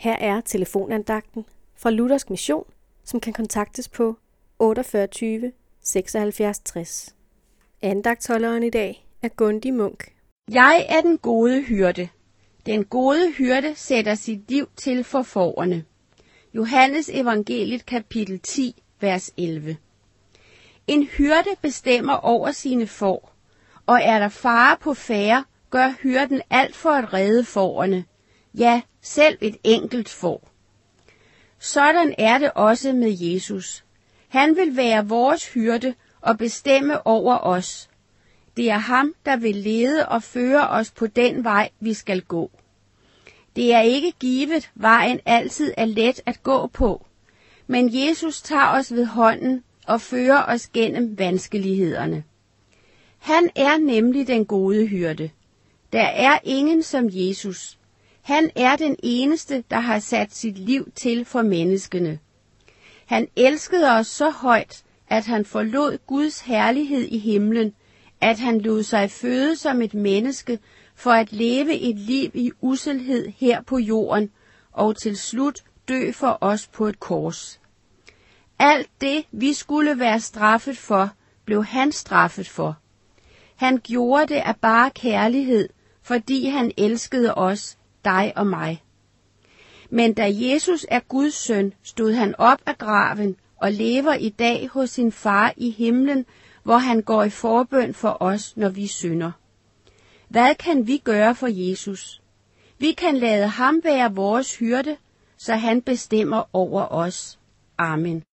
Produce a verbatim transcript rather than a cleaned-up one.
Her er telefonandagten fra Luthersk Mission, som kan kontaktes på otteogfyrre tyve seksoghalvfjerds tres. Andagtholderen i dag er Gundi Munk. Jeg er den gode hyrde. Den gode hyrde sætter sit liv til for fårene. Johannes evangeliet kapitel ti, vers elleve. En hyrde bestemmer over sine får, og er der fare på færde, gør hyrden alt for at redde fårene. Ja, selv et enkelt får. Sådan er det også med Jesus. Han vil være vores hyrde og bestemme over os. Det er ham, der vil lede og føre os på den vej, vi skal gå. Det er ikke givet, vejen altid er let at gå på, men Jesus tager os ved hånden og fører os gennem vanskelighederne. Han er nemlig den gode hyrde. Der er ingen som Jesus. Han er den eneste, der har sat sit liv til for menneskene. Han elskede os så højt, at han forlod Guds herlighed i himlen, at han lod sig føde som et menneske for at leve et liv i usselhed her på jorden og til slut dø for os på et kors. Alt det, vi skulle være straffet for, blev han straffet for. Han gjorde det af bare kærlighed, fordi han elskede os, dig og mig. Men da Jesus er Guds søn, stod han op af graven og lever i dag hos sin far i himlen, hvor han går i forbøn for os, når vi synder. Hvad kan vi gøre for Jesus? Vi kan lade ham være vores hyrde, så han bestemmer over os. Amen.